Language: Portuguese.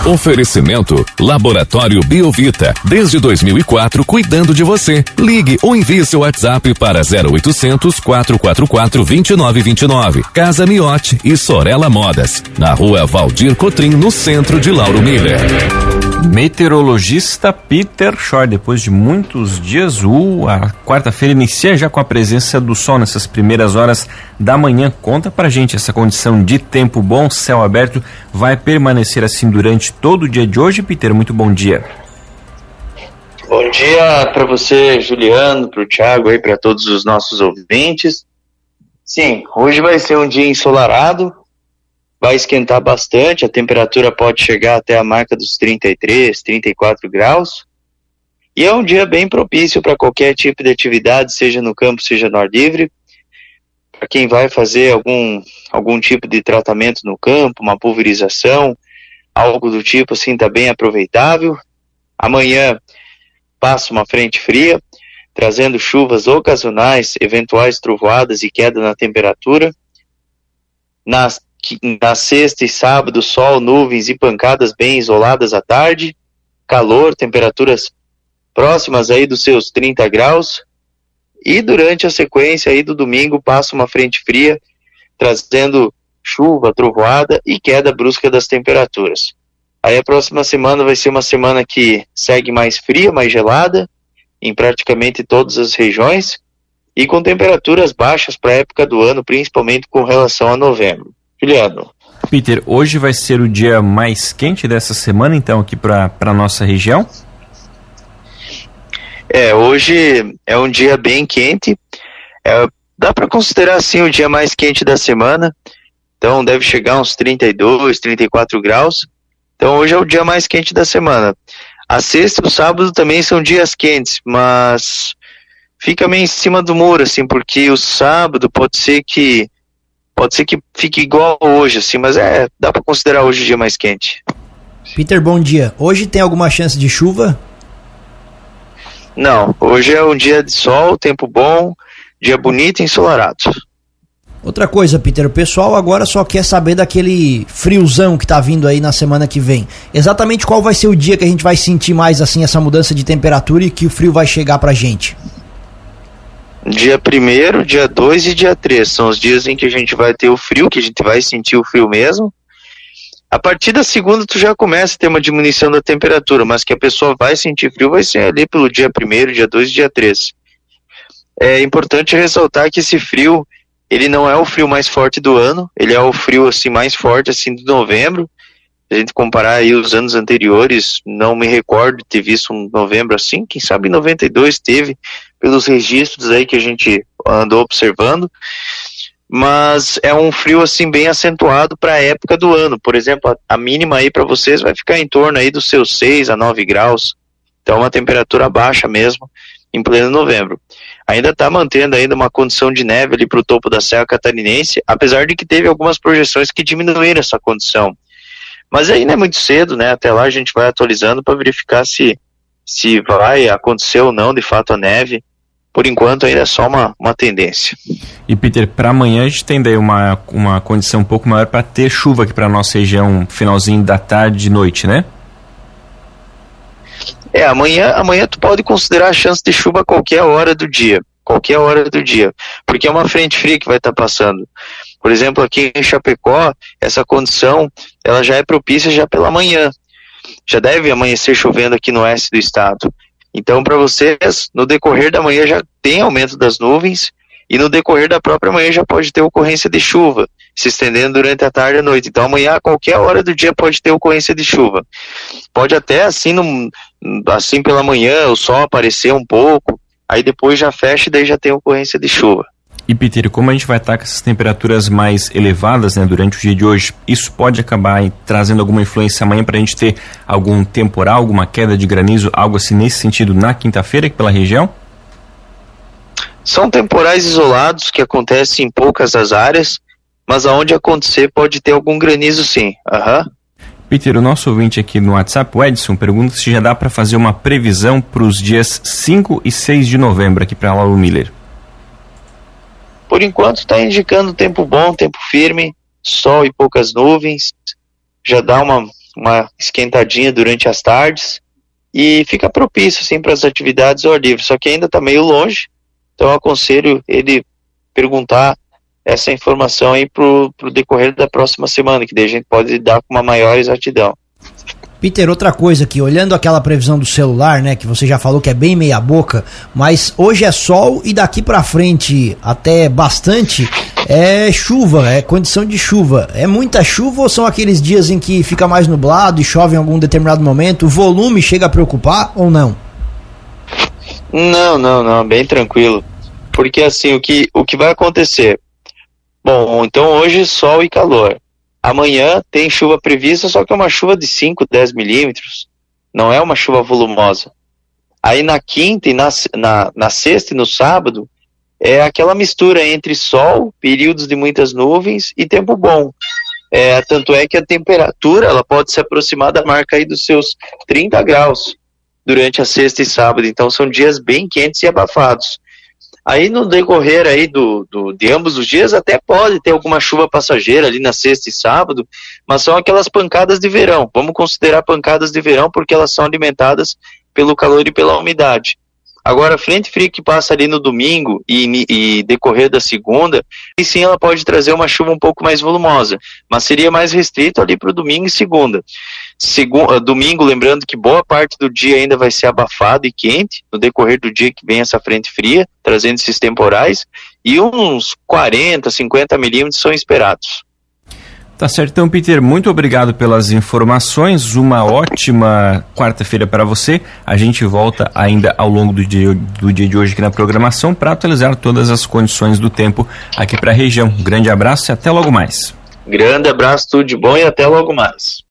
Oferecimento Laboratório Biovita, desde 2004 cuidando de você. Ligue ou envie seu WhatsApp para 0800 444 2929. Casa Miotti e Sorella Modas, na Rua Valdir Cotrim, no centro de Lauro Miller. Meteorologista Peter Shore, depois de muitos dias, a quarta-feira inicia já com a presença do sol nessas primeiras horas da manhã. Conta pra gente, essa condição de tempo bom, céu aberto, vai permanecer assim durante todo o dia de hoje? Peter, muito bom dia. Bom dia para você, Juliano, para o Thiago e para todos os nossos ouvintes. Sim, hoje vai ser um dia ensolarado, vai esquentar bastante, a temperatura pode chegar até a marca dos 33, 34 graus. E é um dia bem propício para qualquer tipo de atividade, seja no campo, seja no ar livre. Para quem vai fazer algum tipo de tratamento no campo, uma pulverização, algo do tipo assim, está bem aproveitável. Amanhã passa uma frente fria, trazendo chuvas ocasionais, eventuais trovoadas e queda na temperatura. Na sexta e sábado, sol, nuvens e pancadas bem isoladas à tarde, calor, temperaturas próximas aí dos seus 30 graus, e durante a sequência aí do domingo passa uma frente fria, trazendo chuva, trovoada e queda brusca das temperaturas. Aí a próxima semana vai ser uma semana que segue mais fria, mais gelada, em praticamente todas as regiões, e com temperaturas baixas para a época do ano, principalmente com relação a novembro. Juliano. Peter, hoje vai ser o dia mais quente dessa semana, então, aqui para a nossa região? Hoje é um dia bem quente, dá para considerar assim o dia mais quente da semana, então deve chegar uns 32, 34 graus, então hoje é o dia mais quente da semana. A sexta e o sábado também são dias quentes, mas fica meio em cima do muro, assim, porque o sábado pode ser que fique igual hoje, assim, mas dá para considerar hoje o dia mais quente. Peter, bom dia. Hoje tem alguma chance de chuva? Não, hoje é um dia de sol, tempo bom, dia bonito e ensolarado. Outra coisa, Peter, o pessoal agora só quer saber daquele friozão que tá vindo aí na semana que vem. Exatamente qual vai ser o dia que a gente vai sentir mais assim essa mudança de temperatura e que o frio vai chegar pra gente? Dia 1º, dia 2 e dia 3 são os dias em que a gente vai ter o frio, que a gente vai sentir o frio mesmo. A partir da segunda tu já começa a ter uma diminuição da temperatura, mas que a pessoa vai sentir frio vai ser ali pelo dia 1º, dia 2 e dia 3. É importante ressaltar que esse frio, ele não é o frio mais forte do ano, ele é o frio assim mais forte assim de novembro. Se a gente comparar aí os anos anteriores, não me recordo de ter visto um novembro assim, quem sabe em 92 teve, pelos registros aí que a gente andou observando, mas é um frio assim bem acentuado para a época do ano. Por exemplo, a mínima aí para vocês vai ficar em torno aí dos seus 6 a 9 graus, então uma temperatura baixa mesmo, em pleno novembro. Ainda está mantendo ainda uma condição de neve ali para o topo da Serra Catarinense, apesar de que teve algumas projeções que diminuíram essa condição. Mas ainda é muito cedo, né? Até lá a gente vai atualizando para verificar se vai acontecer ou não de fato a neve. Por enquanto ainda é só uma tendência. E Peter, para amanhã a gente tem daí uma condição um pouco maior para ter chuva aqui para nossa região, finalzinho da tarde e noite, né? Amanhã tu pode considerar a chance de chuva a qualquer hora do dia, porque é uma frente fria que vai estar passando. Por exemplo, aqui em Chapecó, essa condição, ela já é propícia já pela manhã. Já deve amanhecer chovendo aqui no oeste do estado. Então, para vocês, no decorrer da manhã já tem aumento das nuvens e no decorrer da própria manhã já pode ter ocorrência de chuva, se estendendo durante a tarde e a noite. Então, amanhã, a qualquer hora do dia, pode ter ocorrência de chuva. Pode até, assim pela manhã, o sol aparecer um pouco, aí depois já fecha e daí já tem ocorrência de chuva. E Peter, como a gente vai estar com essas temperaturas mais elevadas, né, durante o dia de hoje, isso pode acabar trazendo alguma influência amanhã para a gente ter algum temporal, alguma queda de granizo, algo assim nesse sentido na quinta-feira aqui pela região? São temporais isolados que acontecem em poucas das áreas, mas aonde acontecer pode ter algum granizo sim. Peter, o nosso ouvinte aqui no WhatsApp, o Edson, pergunta se já dá para fazer uma previsão para os dias 5 e 6 de novembro aqui para Lauro Miller. Por enquanto está indicando tempo bom, tempo firme, sol e poucas nuvens. Já dá uma esquentadinha durante as tardes e fica propício assim para as atividades ao ar livre, só que ainda está meio longe, então eu aconselho ele perguntar essa informação aí pro decorrer da próxima semana, que daí a gente pode dar com uma maior exatidão. Peter, outra coisa aqui, olhando aquela previsão do celular, né, que você já falou que é bem meia boca, mas hoje é sol e daqui pra frente até bastante é chuva, é condição de chuva. É muita chuva ou são aqueles dias em que fica mais nublado e chove em algum determinado momento? O volume chega a preocupar ou não? Não, bem tranquilo. Porque assim, o que vai acontecer? Bom, então hoje sol e calor. Amanhã tem chuva prevista, só que é uma chuva de 5, 10 milímetros. Não é uma chuva volumosa. Aí na quinta e na sexta e no sábado, é aquela mistura entre sol, períodos de muitas nuvens e tempo bom. Tanto é que a temperatura ela pode se aproximar da marca aí dos seus 30 graus durante a sexta e sábado. Então são dias bem quentes e abafados. Aí no decorrer aí de ambos os dias até pode ter alguma chuva passageira ali na sexta e sábado, mas são aquelas pancadas de verão. Vamos considerar pancadas de verão porque elas são alimentadas pelo calor e pela umidade. Agora a frente fria que passa ali no domingo e decorrer da segunda, e sim ela pode trazer uma chuva um pouco mais volumosa, mas seria mais restrito ali para o domingo e segunda. Domingo, lembrando que boa parte do dia ainda vai ser abafado e quente, no decorrer do dia que vem essa frente fria, trazendo esses temporais, e uns 40, 50 milímetros são esperados. Tá certo, então, Peter, muito obrigado pelas informações, uma ótima quarta-feira para você. A gente volta ainda ao longo do dia de hoje aqui na programação para atualizar todas as condições do tempo aqui para a região. Um grande abraço e até logo mais. Grande abraço, tudo de bom e até logo mais.